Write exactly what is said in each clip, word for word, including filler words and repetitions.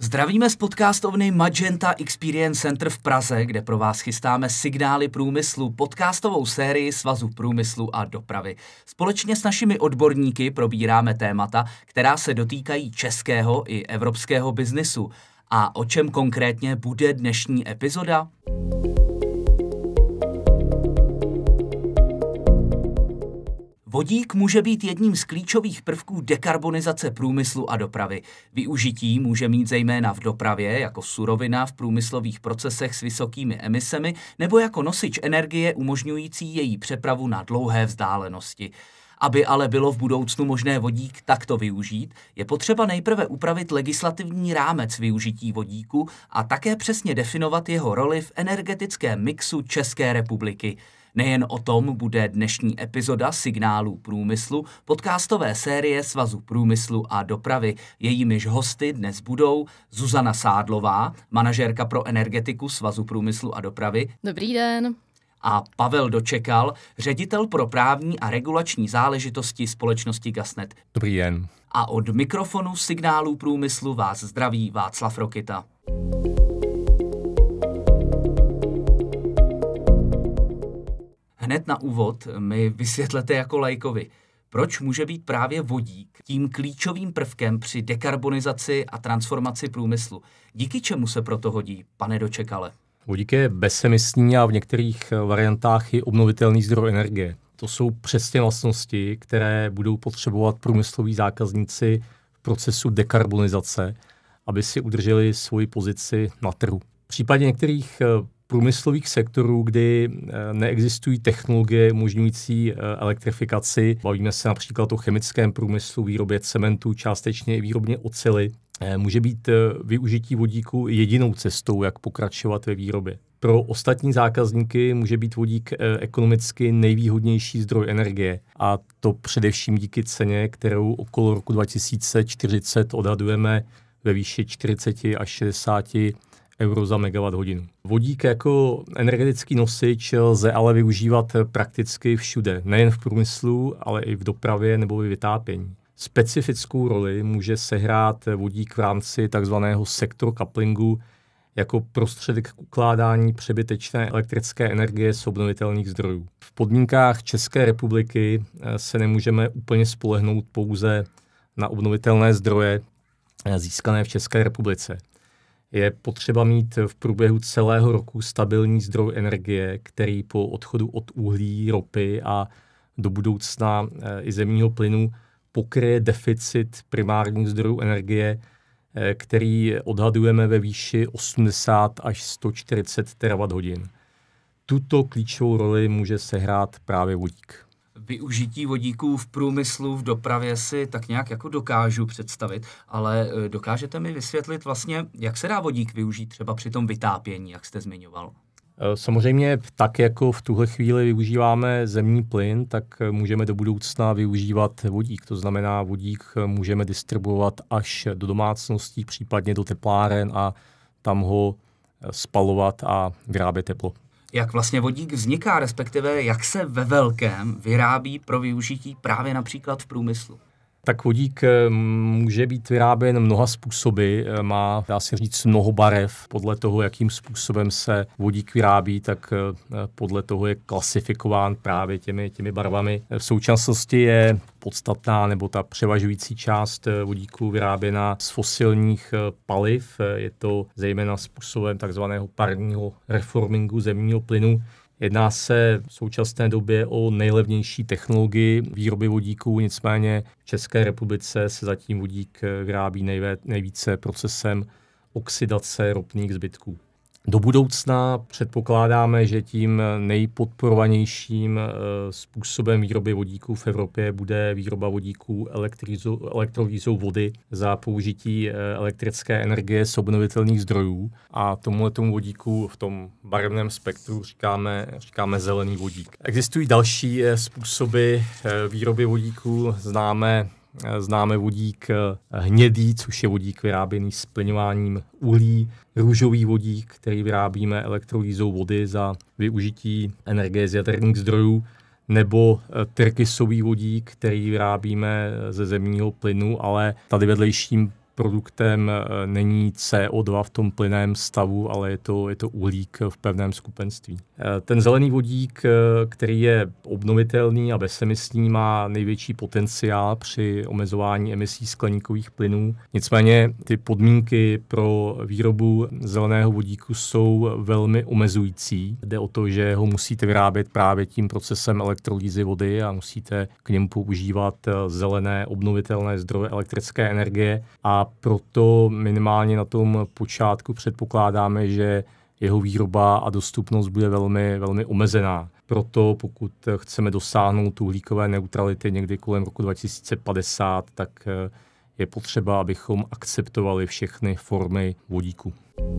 Zdravíme z podcastovny Magenta Experience Center v Praze, kde pro vás chystáme Signály průmyslu, podcastovou sérii Svazu průmyslu a dopravy. Společně s našimi odborníky probíráme témata, která se dotýkají českého i evropského biznisu. A o čem konkrétně bude dnešní epizoda? Vodík může být jedním z klíčových prvků dekarbonizace průmyslu a dopravy. Využití může mít zejména v dopravě, jako surovina v průmyslových procesech s vysokými emisemi, nebo jako nosič energie umožňující její přepravu na dlouhé vzdálenosti. Aby ale bylo v budoucnu možné vodík takto využít, je potřeba nejprve upravit legislativní rámec využití vodíku a také přesně definovat jeho roli v energetickém mixu České republiky. Nejen o tom bude dnešní epizoda Signálů průmyslu, podcastové série Svazu průmyslu a dopravy. Jejímiž hosty dnes budou Zuzana Sádlová, manažérka pro energetiku Svazu průmyslu a dopravy. Dobrý den. A Pavel Dočekal, ředitel pro právní a regulační záležitosti společnosti Gasnet. Dobrý den. A od mikrofonu Signálů průmyslu vás zdraví Václav Rokita. Hned na úvod mi vysvětlete jako laikovi, proč může být právě vodík tím klíčovým prvkem při dekarbonizaci a transformaci průmyslu. Díky čemu se proto hodí, pane Dočekale? Vodík je bezemisní a v některých variantách i obnovitelný zdroj energie. To jsou přesně vlastnosti, které budou potřebovat průmysloví zákazníci v procesu dekarbonizace, aby si udrželi svoji pozici na trhu. V případě některých průmyslových sektorů, kdy neexistují technologie umožňující elektrifikaci, bavíme se například o chemickém průmyslu, výrobě cementu, částečně i výrobně oceli, může být využití vodíku jedinou cestou, jak pokračovat ve výrobě. Pro ostatní zákazníky může být vodík ekonomicky nejvýhodnější zdroj energie, a to především díky ceně, kterou okolo roku dva tisíce čtyřicet odhadujeme ve výši čtyřicet až šedesát euro za megawatt hodinu. Vodík jako energetický nosič lze ale využívat prakticky všude, nejen v průmyslu, ale i v dopravě nebo v vytápění. Specifickou roli může sehrát vodík v rámci takzvaného sektor couplingu jako prostředek k ukládání přebytečné elektrické energie z obnovitelných zdrojů. V podmínkách České republiky se nemůžeme úplně spolehnout pouze na obnovitelné zdroje získané v České republice. Je potřeba mít v průběhu celého roku stabilní zdroj energie, který po odchodu od uhlí, ropy a do budoucna i zemního plynu pokryje deficit primárních zdrojů energie, který odhadujeme ve výši osmdesát až sto čtyřicet terawatt hodin. Tuto klíčovou roli může sehrát právě vodík. Využití vodíků v průmyslu, v dopravě si tak nějak jako dokážu představit, ale dokážete mi vysvětlit vlastně, jak se dá vodík využít třeba při tom vytápění, jak jste zmiňoval? Samozřejmě tak, jako v tuhle chvíli využíváme zemní plyn, tak můžeme do budoucna využívat vodík. To znamená, vodík můžeme distribuovat až do domácností, případně do tepláren a tam ho spalovat a vyrábět teplo. Jak vlastně vodík vzniká, respektive jak se ve velkém vyrábí pro využití právě například v průmyslu? Tak vodík může být vyráběn mnoha způsoby, má, dá se říct, mnoho barev. Podle toho, jakým způsobem se vodík vyrábí, tak podle toho je klasifikován právě těmi, těmi barvami. V současnosti je podstatná nebo ta převažující část vodíku vyráběna z fosilních paliv. Je to zejména způsobem takzvaného parního reformingu zemního plynu. Jedná se v současné době o nejlevnější technologii výroby vodíků, nicméně v České republice se zatím vodík vyrábí nejvíce procesem oxidace ropných zbytků. Do budoucna předpokládáme, že tím nejpodporovanějším způsobem výroby vodíků v Evropě bude výroba vodíků elektrolýzou vody za použití elektrické energie z obnovitelných zdrojů. A tomuhle tomu vodíku v tom barevném spektru říkáme, říkáme zelený vodík. Existují další způsoby výroby vodíků. Známe Známe vodík hnědý, což je vodík vyráběný splyňováním uhlí, růžový vodík, který vyrábíme elektrolýzou vody za využití energie z jaderných zdrojů, nebo tyrkysový vodík, který vyrábíme ze zemního plynu, ale tady vedlejším produktem není C O dva v tom plynném stavu, ale je to, je to uhlík v pevném skupenství. Ten zelený vodík, který je obnovitelný a bezemisní, má největší potenciál při omezování emisí skleníkových plynů. Nicméně ty podmínky pro výrobu zeleného vodíku jsou velmi omezující. Jde o to, že ho musíte vyrábět právě tím procesem elektrolýzy vody a musíte k němu používat zelené obnovitelné zdroje elektrické energie a proto minimálně na tom počátku předpokládáme, že jeho výroba a dostupnost bude velmi, velmi omezená. Proto pokud chceme dosáhnout uhlíkové neutrality někdy kolem roku dva tisíce padesát, tak je potřeba, abychom akceptovali všechny formy vodíku.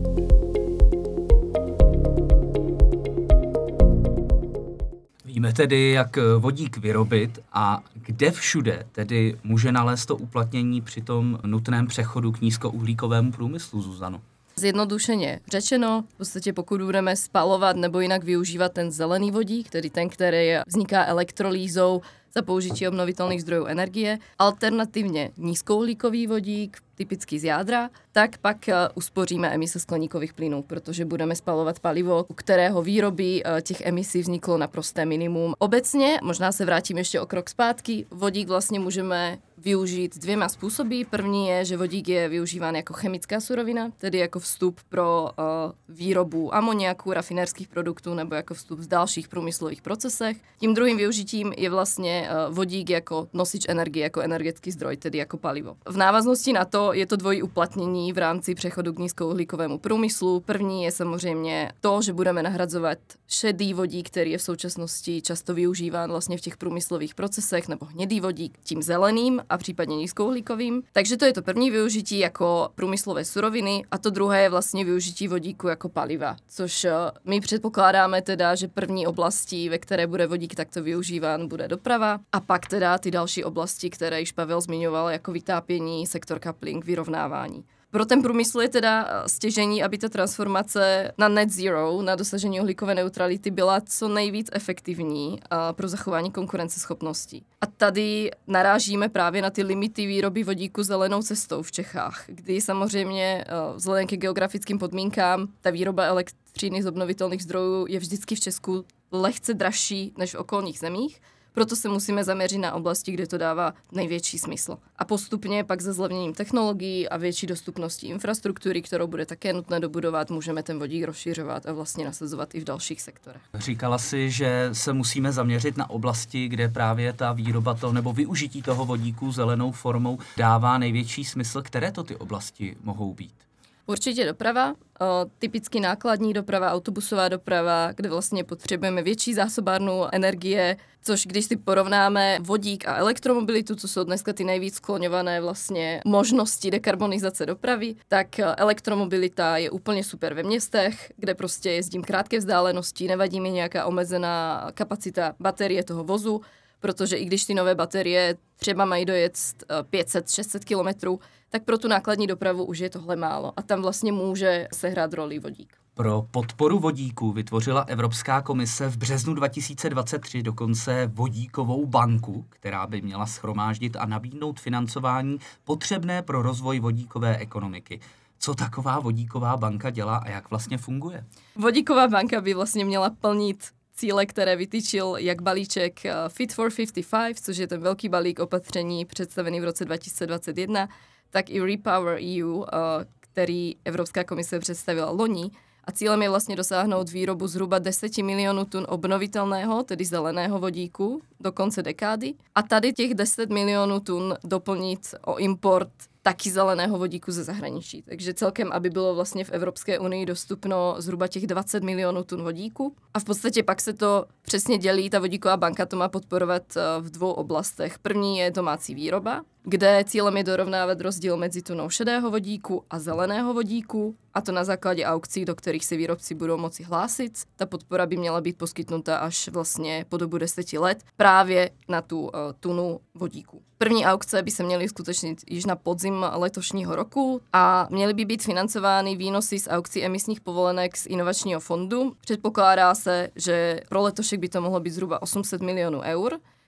Víme tedy, jak vodík vyrobit a kde všude tedy může nalézt to uplatnění při tom nutném přechodu k nízkouhlíkovému průmyslu, Zuzano? Zjednodušeně řečeno, v podstatě pokud budeme spalovat nebo jinak využívat ten zelený vodík, tedy ten, který vzniká elektrolýzou za použití obnovitelných zdrojů energie, alternativně nízkouhlíkový vodík, typicky z jádra, tak pak uspoříme emise skleníkových plynů, protože budeme spalovat palivo, u kterého výroby těch emisí vzniklo naprosté minimum. Obecně, možná se vrátím ještě o krok zpátky, vodík vlastně můžeme využít dvěma způsoby. První je, že vodík je využíván jako chemická surovina, tedy jako vstup pro uh, výrobu amoniaku, rafinérských produktů nebo jako vstup v dalších průmyslových procesech. Tím druhým využitím je vlastně uh, vodík jako nosič energie, jako energetický zdroj, tedy jako palivo. V návaznosti na to je to dvojí uplatnění v rámci přechodu k nízkouhlíkovému průmyslu. První je samozřejmě to, že budeme nahradzovat šedý vodík, který je v současnosti často využíván vlastně v těch průmyslových procesech, nebo hnědý vodík tím zeleným a případně nízkouhlíkovým. Takže to je to první využití jako průmyslové suroviny a to druhé je vlastně využití vodíku jako paliva, což my předpokládáme teda, že první oblastí, ve které bude vodík takto využíván, bude doprava a pak teda ty další oblasti, které již Pavel zmiňoval, jako vytápění, sektor coupling, vyrovnávání. Pro ten průmysl je teda stěžení, aby ta transformace na net zero, na dosažení uhlíkové neutrality byla co nejvíc efektivní pro zachování konkurenceschopnosti. A tady narážíme právě na ty limity výroby vodíku zelenou cestou v Čechách, kdy samozřejmě vzhledem ke geografickým podmínkám ta výroba elektřiny z obnovitelných zdrojů je vždycky v Česku lehce dražší než v okolních zemích. Proto se musíme zaměřit na oblasti, kde to dává největší smysl. A postupně pak se zlevněním technologií a větší dostupností infrastruktury, kterou bude také nutné dobudovat, můžeme ten vodík rozšiřovat a vlastně nasazovat i v dalších sektorech. Říkala si, že se musíme zaměřit na oblasti, kde právě ta výroba toho nebo využití toho vodíku zelenou formou dává největší smysl. Které to ty oblasti mohou být? Určitě doprava, o, typicky nákladní doprava, autobusová doprava, kde vlastně potřebujeme větší zásobárnu energie, což když si porovnáme vodík a elektromobilitu, co jsou dneska ty nejvíc skloňované vlastně možnosti dekarbonizace dopravy, tak elektromobilita je úplně super ve městech, kde prostě jezdím krátké vzdálenosti, nevadí mi nějaká omezená kapacita baterie toho vozu, protože i když ty nové baterie třeba mají dojet pět set až šest set kilometrů, tak pro tu nákladní dopravu už je tohle málo a tam vlastně může sehrát roli vodík. Pro podporu vodíku vytvořila Evropská komise v březnu dva tisíce dvacet tři dokonce vodíkovou banku, která by měla shromáždit a nabídnout financování potřebné pro rozvoj vodíkové ekonomiky. Co taková vodíková banka dělá a jak vlastně funguje? Vodíková banka by vlastně měla plnit cíle, které vytyčil jak balíček Fit for padesát pět, což je ten velký balík opatření představený v roce dva tisíce dvacet jedna, tak i Repower E U, který Evropská komise představila loni. A cílem je vlastně dosáhnout výrobu zhruba deset milionů tun obnovitelného, tedy zeleného vodíku, do konce dekády. A tady těch deset milionů tun doplnit o import taky zeleného vodíku ze zahraničí. Takže celkem, aby bylo vlastně v Evropské unii dostupno zhruba těch dvacet milionů tun vodíku. A v podstatě pak se to přesně dělí, ta vodíková banka to má podporovat v dvou oblastech. První je domácí výroba, kde cílem je dorovnávat rozdíl mezi tunou šedého vodíku a zeleného vodíku, a to na základě aukcí, do kterých se výrobci budou moci hlásit. Ta podpora by měla být poskytnuta až vlastně po dobu deseti let právě na tu uh, tunu vodíku. První aukce by se měly skutečnit již na podzim letošního roku a měly by být financovány výnosy z aukcí emisních povolenek z inovačního fondu. Předpokládá se, že pro letošek by to mohlo být zhruba osm set milionů eur,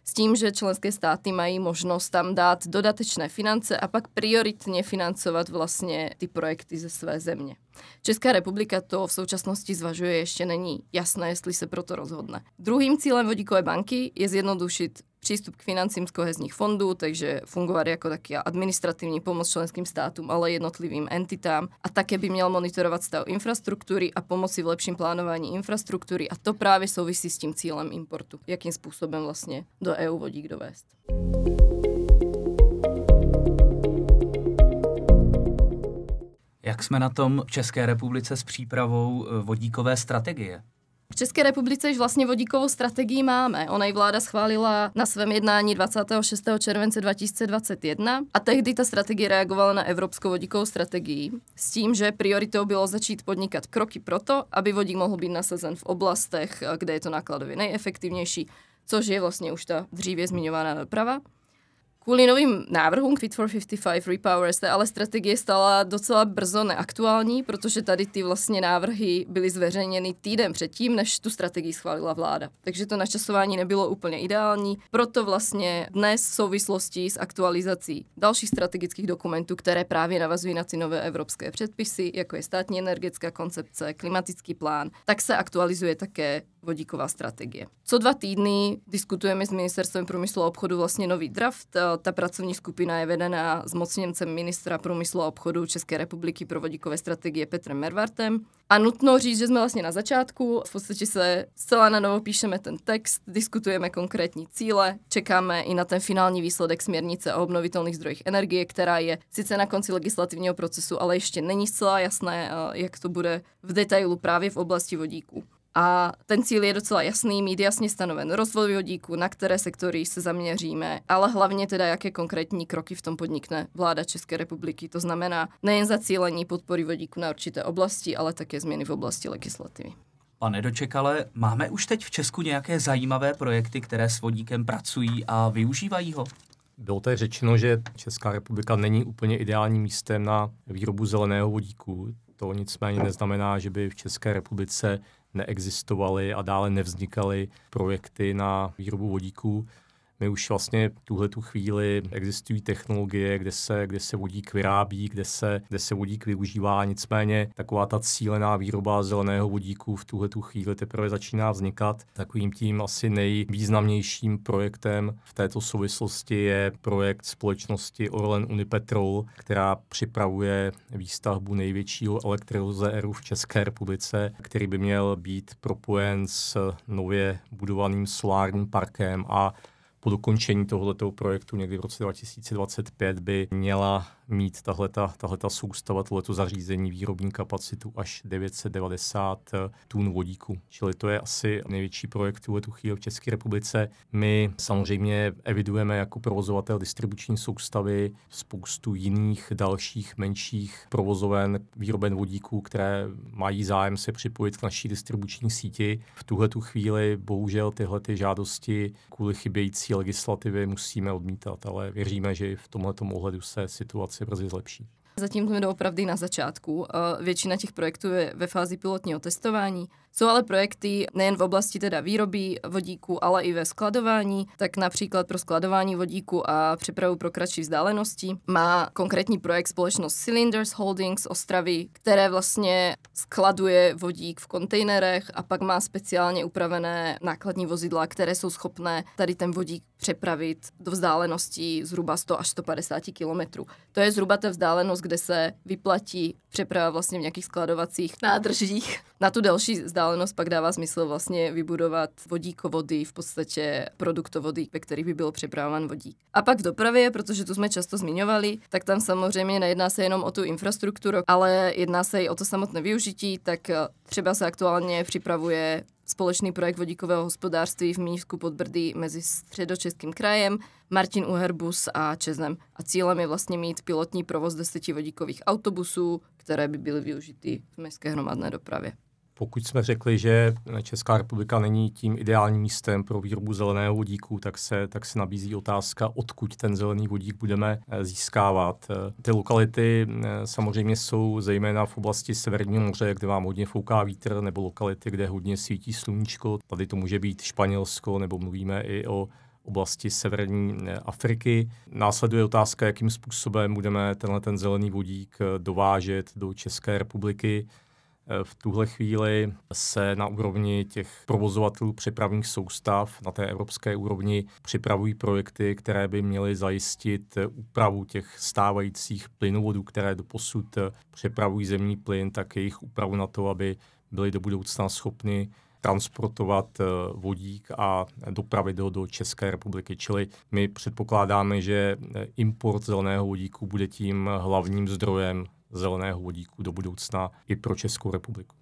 s tím, že členské státy mají možnost tam dát dodatečné finance a pak prioritně financovat vlastně ty projekty ze své země. Česká republika to v současnosti zvažuje, ještě není jasné, jestli se proto rozhodne. Druhým cílem vodíkové banky je zjednodušit přístup k financím z kohezních fondů, takže fungovat jako taká administrativní pomoc členským státům, ale jednotlivým entitám. A také by měl monitorovat stav infrastruktury a pomoci v lepším plánování infrastruktury a to právě souvisí s tím cílem importu. Jakým způsobem vlastně do E U vodík dovést. Jak jsme na tom v České republice s přípravou vodíkové strategie? V České republice již vlastně vodíkovou strategii máme. Ona ji vláda schválila na svém jednání dvacátého šestého července dva tisíce dvacet jedna a tehdy ta strategie reagovala na evropskou vodíkovou strategii s tím, že prioritou bylo začít podnikat kroky proto, aby vodík mohl být nasazen v oblastech, kde je to nákladově nejefektivnější, což je vlastně už ta dříve zmiňovaná doprava. Kvůli novým návrhům Fit for padesát pět Repower se ale strategie stala docela brzo neaktuální, protože tady ty vlastně návrhy byly zveřejněny týden předtím, než tu strategii schválila vláda. Takže to načasování nebylo úplně ideální, proto vlastně dnes v souvislosti s aktualizací dalších strategických dokumentů, které právě navazují na ty nové evropské předpisy, jako je státní energetická koncepce, klimatický plán, tak se aktualizuje také vodíková strategie. Co dva týdny diskutujeme s Ministerstvem průmyslu a obchodu vlastně nový draft. Ta pracovní skupina je vedena zmocněncem ministra průmyslu a obchodu České republiky pro vodíkové strategie Petrem Merwartem. A nutno říct, že jsme vlastně na začátku, v podstatě se zcela na novo píšeme ten text, diskutujeme konkrétní cíle, čekáme i na ten finální výsledek směrnice o obnovitelných zdrojích energie, která je sice na konci legislativního procesu, ale ještě není zcela jasné, jak to bude v detailu právě v oblasti vodíku. A ten cíl je docela jasný, mít jasně stanoven rozvoj vodíku, na které sektory se zaměříme, ale hlavně teda, jaké konkrétní kroky v tom podnikne vláda České republiky. To znamená nejen zacílení podpory vodíku na určité oblasti, ale také změny v oblasti legislativy. Pane Dočekale, máme už teď v Česku nějaké zajímavé projekty, které s vodíkem pracují a využívají ho? Bylo tady řečeno, že Česká republika není úplně ideálním místem na výrobu zeleného vodíku. To nicméně neznamená, že by v České republice neexistovaly a dále nevznikaly projekty na výrobu vodíku. My už vlastně v tuhletu chvíli existují technologie, kde se, kde se vodík vyrábí, kde se, kde se vodík využívá. Nicméně taková ta cílená výroba zeleného vodíku v tuhletu chvíli teprve začíná vznikat. Takovým tím asi nejvýznamnějším projektem v této souvislosti je projekt společnosti Orlen Unipetrol, která připravuje výstavbu největšího elektrolyzéru v České republice, který by měl být propojen s nově budovaným solárním parkem a po dokončení tohoto projektu někdy v roce dva tisíce dvacet pět by měla mít tahleta, tahleta soustava, tohleto zařízení výrobní kapacitu až devět set devadesát tun vodíku. Čili to je asi největší projekt v tuhletu chvíli v České republice. My samozřejmě evidujeme jako provozovatel distribuční soustavy spoustu jiných dalších menších provozoven výroben vodíku, které mají zájem se připojit k naší distribuční síti. V tuhletu chvíli bohužel tyhle ty žádosti kvůli chybějící legislativy musíme odmítat, ale věříme, že v tomhletom ohledu se situace brzy zlepší. Zatím jsme doopravdy na začátku. Většina těch projektů je ve fázi pilotního testování. Jsou ale projekty nejen v oblasti teda výroby vodíku, ale i ve skladování. Tak například pro skladování vodíku a přepravu pro kratší vzdálenosti má konkrétní projekt společnost Cylinders Holdings z Ostravy, které vlastně skladuje vodík v kontejnerech a pak má speciálně upravené nákladní vozidla, které jsou schopné tady ten vodík přepravit do vzdáleností zhruba sto až sto padesát kilometrů. To je zhruba ta vzdálenost, kde se vyplatí přeprava vlastně v nějakých skladovacích nádržích. Na tu další vzdálenost pak dává smysl vlastně vybudovat vodíkovody, v podstatě produktovody, ve kterých by byl přepravován vodík. A pak v dopravě, protože tu jsme často zmiňovali, tak tam samozřejmě nejedná se jenom o tu infrastrukturu, ale jedná se i o to samotné využití, tak třeba se aktuálně připravuje společný projekt vodíkového hospodářství v Mnísku pod Brdy mezi Středočeským krajem, Martin Uherbus a Čezem. A cílem je vlastně mít pilotní provoz deseti vodíkových autobusů, které by byly využity v městské hromadné dopravě. Pokud jsme řekli, že Česká republika není tím ideálním místem pro výrobu zeleného vodíku, tak se, tak se nabízí otázka, odkud ten zelený vodík budeme získávat. Ty lokality samozřejmě jsou zejména v oblasti Severního moře, kde vám hodně fouká vítr, nebo lokality, kde hodně svítí sluníčko. Tady to může být Španělsko, nebo mluvíme i o oblasti severní Afriky. Následuje otázka, jakým způsobem budeme tenhle ten zelený vodík dovážet do České republiky. V tuhle chvíli se na úrovni těch provozovatelů přepravních soustav na té evropské úrovni připravují projekty, které by měly zajistit úpravu těch stávajících plynovodů, které doposud přepravují zemní plyn, tak jejich úpravu na to, aby byly do budoucna schopny transportovat vodík a dopravit ho do České republiky. Čili my předpokládáme, že import zeleného vodíku bude tím hlavním zdrojem zeleného vodíku do budoucna i pro Českou republiku.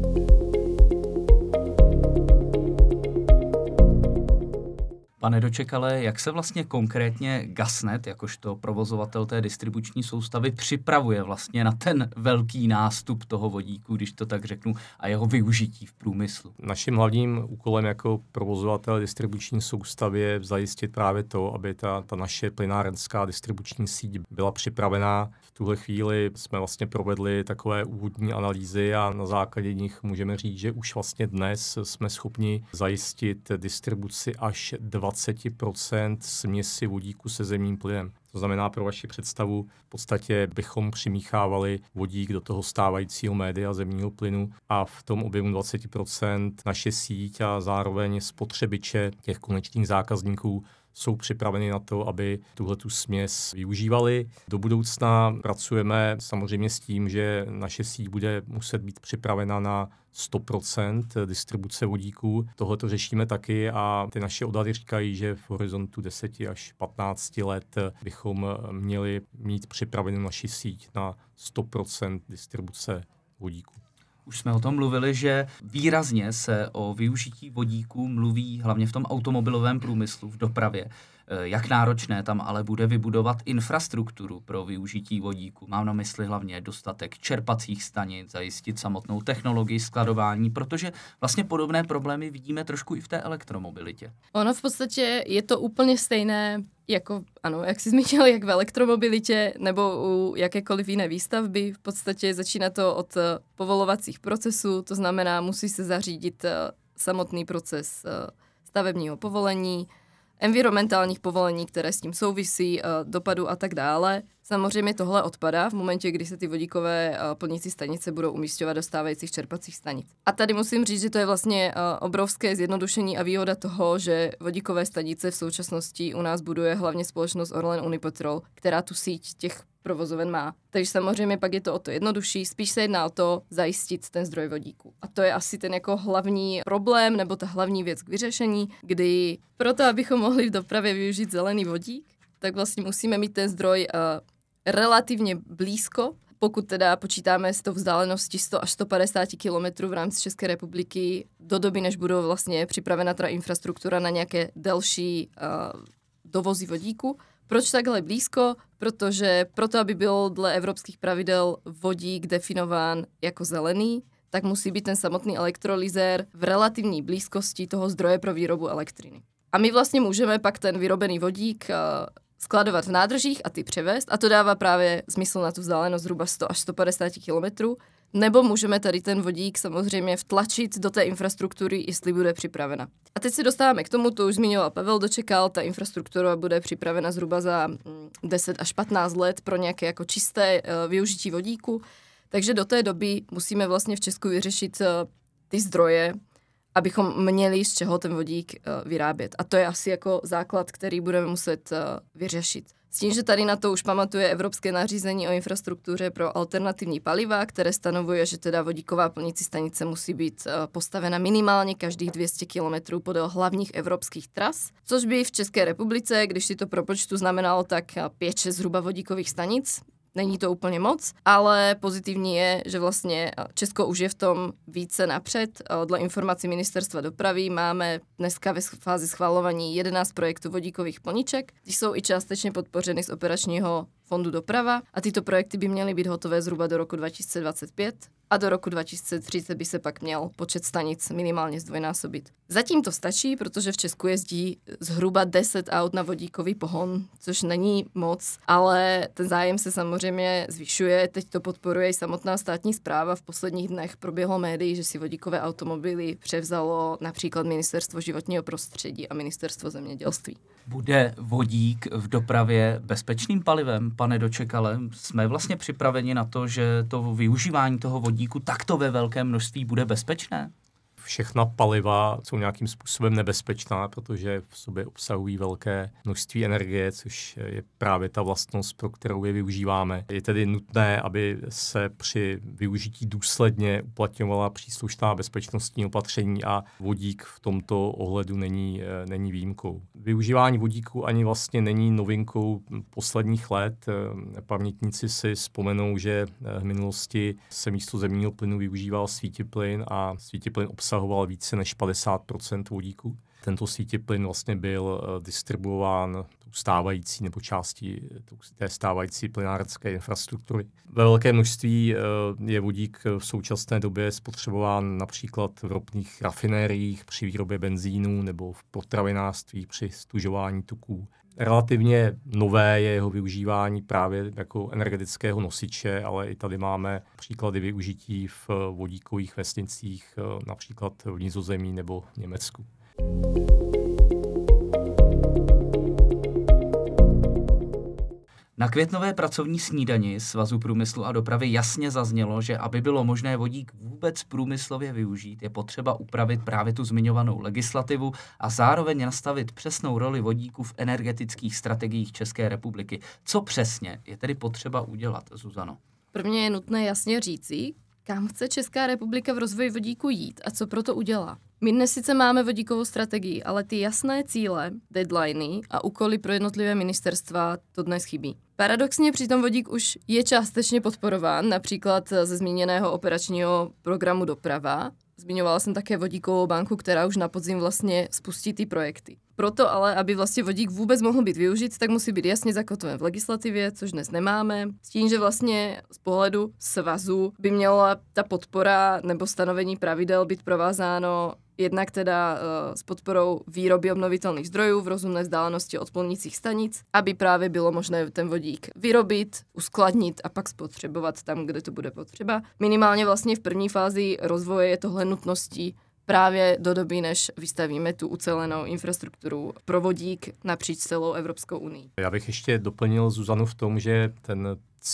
Pane Dočekale, jak se vlastně konkrétně GasNet, jakožto provozovatel té distribuční soustavy, připravuje vlastně na ten velký nástup toho vodíku, když to tak řeknu, a jeho využití v průmyslu? Naším hlavním úkolem jako provozovatel distribuční soustavy je zajistit právě to, aby ta, ta naše plynárenská distribuční síť byla připravená. V tuhle chvíli jsme vlastně provedli takové úvodní analýzy a na základě nich můžeme říct, že už vlastně dnes jsme schopni zajistit distribuci až dvacet procent směsi vodíku se zemním plynem. To znamená, pro vaši představu, v podstatě bychom přimíchávali vodík do toho stávajícího média zemního plynu a v tom objemu dvacet procent naše síť a zároveň spotřebiče těch konečných zákazníků jsou připraveni na to, aby tuhletu směs využívali. Do budoucna pracujeme samozřejmě s tím, že naše síť bude muset být připravena na sto procent distribuce vodíků. Tohle to řešíme taky a ty naše odhady říkají, že v horizontu deset až patnáct let bychom měli mít připravenou naši síť na sto procent distribuce vodíku. Už jsme o tom mluvili, že výrazně se o využití vodíku mluví hlavně v tom automobilovém průmyslu, v dopravě. Jak náročné tam ale bude vybudovat infrastrukturu pro využití vodíku. Mám na mysli hlavně dostatek čerpacích stanic, zajistit samotnou technologii skladování, protože vlastně podobné problémy vidíme trošku i v té elektromobilitě. Ono v podstatě je to úplně stejné, jako, ano, jak jsi zmínil, jak v elektromobilitě nebo u jakékoliv jiné výstavby. V podstatě začíná to od povolovacích procesů, to znamená, musí se zařídit samotný proces stavebního povolení, environmentálních povolení, které s tím souvisí, dopadu a tak dále. Samozřejmě tohle odpadá v momentě, kdy se ty vodíkové plnící stanice budou umísťovat do stávajících čerpacích stanic. A tady musím říct, že to je vlastně obrovské zjednodušení a výhoda toho, že vodíkové stanice v současnosti u nás buduje hlavně společnost Orlen Unipetrol, která tu síť těch provozoven má. Takže samozřejmě pak je to o to jednodušší, spíš se jedná o to zajistit ten zdroj vodíku. A to je asi ten jako hlavní problém nebo ta hlavní věc k vyřešení, kdy proto, abychom mohli v dopravě využít zelený vodík, tak vlastně musíme mít ten zdroj uh, relativně blízko, pokud teda počítáme s tou vzdáleností sto až sto padesát kilometrů v rámci České republiky do doby, než budou vlastně připravena ta infrastruktura na nějaké delší uh, dovozy vodíku. Proč takhle blízko? Protože proto, aby byl dle evropských pravidel vodík definován jako zelený, tak musí být ten samotný elektrolyzér v relativní blízkosti toho zdroje pro výrobu elektřiny. A my vlastně můžeme pak ten vyrobený vodík uh, skladovat v nádržích a ty převést a to dává právě smysl na tu vzdálenost zhruba sto až sto padesát kilometrů, nebo můžeme tady ten vodík samozřejmě vtlačit do té infrastruktury, jestli bude připravena. A teď se dostáváme k tomu, to už zmiňoval Pavel Dočekal, ta infrastruktura bude připravena zhruba za deset až patnáct let pro nějaké jako čisté uh, využití vodíku, takže do té doby musíme vlastně v Česku vyřešit uh, ty zdroje, abychom měli z čeho ten vodík uh, vyrábět. A to je asi jako základ, který budeme muset uh, vyřešit. S tím, že tady na to už pamatuje Evropské nařízení o infrastruktuře pro alternativní paliva, které stanovuje, že teda vodíková plnící stanice musí být uh, postavena minimálně každých dvě stě kilometrů podél hlavních evropských tras, což by v České republice, když si to propočtu znamenalo tak pět šest zhruba vodíkových stanic. Není to úplně moc, ale pozitivní je, že vlastně Česko už je v tom více napřed. Dle informací Ministerstva dopravy máme dneska ve fázi schvalování jedenáct projektů vodíkových plniček. Ty jsou i částečně podpořeny z operačního fondu doprava a tyto projekty by měly být hotové zhruba do roku dva tisíce dvacet pět. a do roku dva tisíce třicet by se pak měl počet stanic minimálně zdvojnásobit. Zatím to stačí, protože v Česku jezdí zhruba deset aut na vodíkový pohon, což není moc, ale ten zájem se samozřejmě zvyšuje. Teď to podporuje i samotná státní správa. V posledních dnech proběhlo médií, že si vodíkové automobily převzalo například Ministerstvo životního prostředí a Ministerstvo zemědělství. Bude vodík v dopravě bezpečným palivem, pane Dočekale? Jsme vlastně připraveni na to, že to využívání toho vodíku takto ve velkém množství bude bezpečné? Všechna paliva jsou nějakým způsobem nebezpečná, protože v sobě obsahují velké množství energie, což je právě ta vlastnost, pro kterou je využíváme. Je tedy nutné, aby se při využití důsledně uplatňovala příslušná bezpečnostní opatření a vodík v tomto ohledu není, není výjimkou. Využívání vodíku ani vlastně není novinkou posledních let. Pamětníci si vzpomenou, že v minulosti se místo zemního plynu využíval svítiplyn a svítiplyn obsahoval více než padesát procent vodíku. Tento svítiplyn vlastně byl distribuován stávající nebo části té stávající plynárenské infrastruktury. Ve velké množství je vodík v současné době spotřebován například v ropných rafinériích při výrobě benzínu nebo v potravinářství při stužování tuků. Relativně nové je jeho využívání právě jako energetického nosiče, ale i tady máme příklady využití v vodíkových vesnicích, například v Nizozemí nebo v Německu. Na květnové pracovní snídani Svazu průmyslu a dopravy jasně zaznělo, že aby bylo možné vodík vůbec průmyslově využít, je potřeba upravit právě tu zmiňovanou legislativu a zároveň nastavit přesnou roli vodíku v energetických strategiích České republiky. Co přesně je tedy potřeba udělat, Zuzano? Prvně je nutné jasně říci, kam chce Česká republika v rozvoji vodíku jít a co proto udělá. My dnes sice máme vodíkovou strategii, ale ty jasné cíle, deadliny a úkoly pro jednotlivé ministerstva to dnes chybí. Paradoxně přitom vodík už je částečně podporován, například ze zmíněného operačního programu Doprava. Zmiňovala jsem také vodíkovou banku, která už na podzim vlastně spustí ty projekty. Proto ale, aby vlastně vodík vůbec mohl být využit, tak musí být jasně zakotven v legislativě, což dnes nemáme. S tím, že vlastně z pohledu svazu by měla ta podpora nebo stanovení pravidel být provázáno jednak teda uh, s podporou výroby obnovitelných zdrojů v rozumné vzdálenosti od plnicích stanic, aby právě bylo možné ten vodík vyrobit, uskladnit a pak spotřebovat tam, kde to bude potřeba. Minimálně vlastně v první fázi rozvoje je tohle nutností právě do doby, než vystavíme tu ucelenou infrastrukturu pro vodík napříč celou Evropskou unii. Já bych ještě doplnil Zuzanu v tom, že ten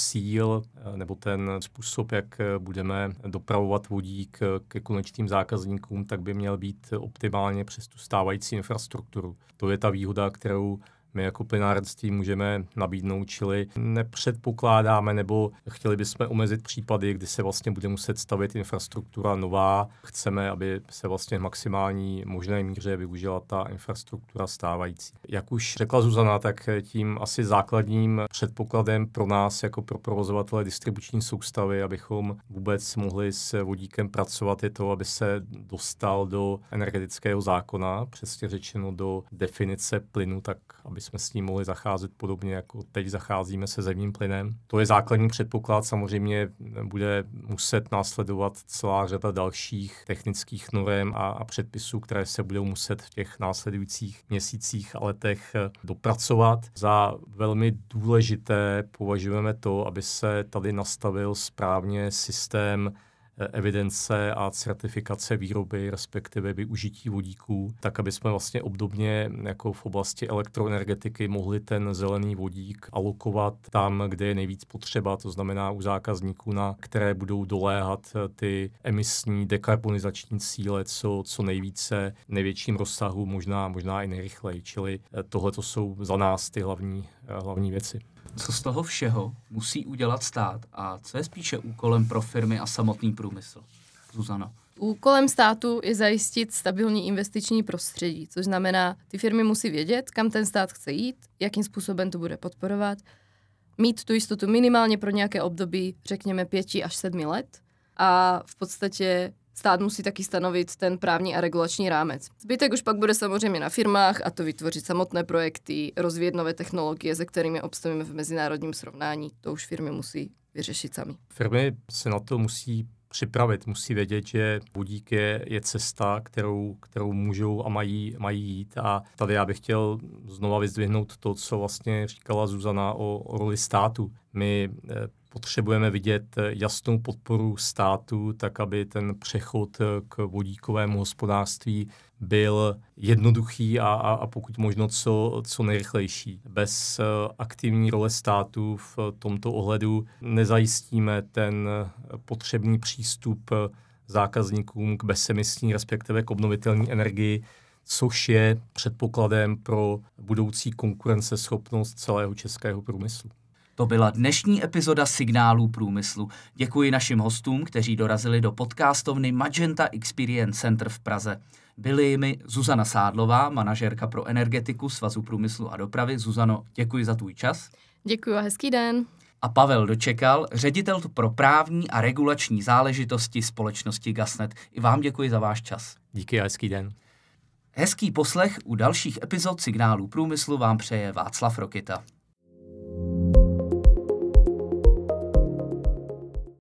cíl nebo ten způsob, jak budeme dopravovat vodík ke konečným zákazníkům, tak by měl být optimálně přes tu stávající infrastrukturu. To je ta výhoda, kterou my jako plynárenství můžeme nabídnout, čili nepředpokládáme nebo chtěli bychom omezit případy, kdy se vlastně bude muset stavět infrastruktura nová. Chceme, aby se vlastně v maximální možné míře využila ta infrastruktura stávající. Jak už řekla Zuzana, tak tím asi základním předpokladem pro nás jako pro provozovatele distribuční soustavy, abychom vůbec mohli s vodíkem pracovat, je to, aby se dostal do energetického zákona, přesně řečeno do definice plynu, tak aby jsme s ním mohli zacházet podobně, jako teď zacházíme se zemním plynem. To je základní předpoklad, samozřejmě bude muset následovat celá řada dalších technických norem a, a předpisů, které se budou muset v těch následujících měsících a letech dopracovat. Za velmi důležité považujeme to, aby se tady nastavil správně systém evidence a certifikace výroby, respektive využití vodíků, tak aby jsme vlastně obdobně jako v oblasti elektroenergetiky mohli ten zelený vodík alokovat tam, kde je nejvíc potřeba, to znamená u zákazníků, na které budou doléhat ty emisní dekarbonizační cíle, co, co nejvíce, největším rozsahu, možná, možná i nejrychleji. Čili tohle to jsou za nás ty hlavní, hlavní věci. Co z toho všeho musí udělat stát a co je spíše úkolem pro firmy a samotný průmysl? Zuzano. Úkolem státu je zajistit stabilní investiční prostředí, což znamená, ty firmy musí vědět, kam ten stát chce jít, jakým způsobem to bude podporovat, mít tu jistotu minimálně pro nějaké období, řekněme pěti až sedmi let a v podstatě stát musí taky stanovit ten právní a regulační rámec. Zbytek už pak bude samozřejmě na firmách a to vytvořit samotné projekty, rozvíjet nové technologie, se kterými obstojíme v mezinárodním srovnání. To už firmy musí vyřešit sami. Firmy se na to musí připravit. Musí vědět, že vodík je, je cesta, kterou, kterou můžou a mají, mají jít. A tady já bych chtěl znova vyzdvihnout to, co vlastně říkala Zuzana o, o roli státu. My eh, potřebujeme vidět jasnou podporu státu, tak aby ten přechod k vodíkovému hospodářství byl jednoduchý a, a, a pokud možno co, co nejrychlejší. Bez aktivní role státu v tomto ohledu nezajistíme ten potřebný přístup zákazníkům k bezemisní, respektive k obnovitelné energii, což je předpokladem pro budoucí konkurenceschopnost celého českého průmyslu. To byla dnešní epizoda Signálů průmyslu. Děkuji našim hostům, kteří dorazili do podcastovny Magenta Experience Center v Praze. Byly jimi Zuzana Sádlová, manažérka pro energetiku Svazu průmyslu a dopravy. Zuzano, děkuji za tvůj čas. Děkuji a hezký den. A Pavel Dočekal, ředitel pro právní a regulační záležitosti společnosti Gasnet. I vám děkuji za váš čas. Díky a hezký den. Hezký poslech u dalších epizod Signálů průmyslu vám přeje Václav Rokita.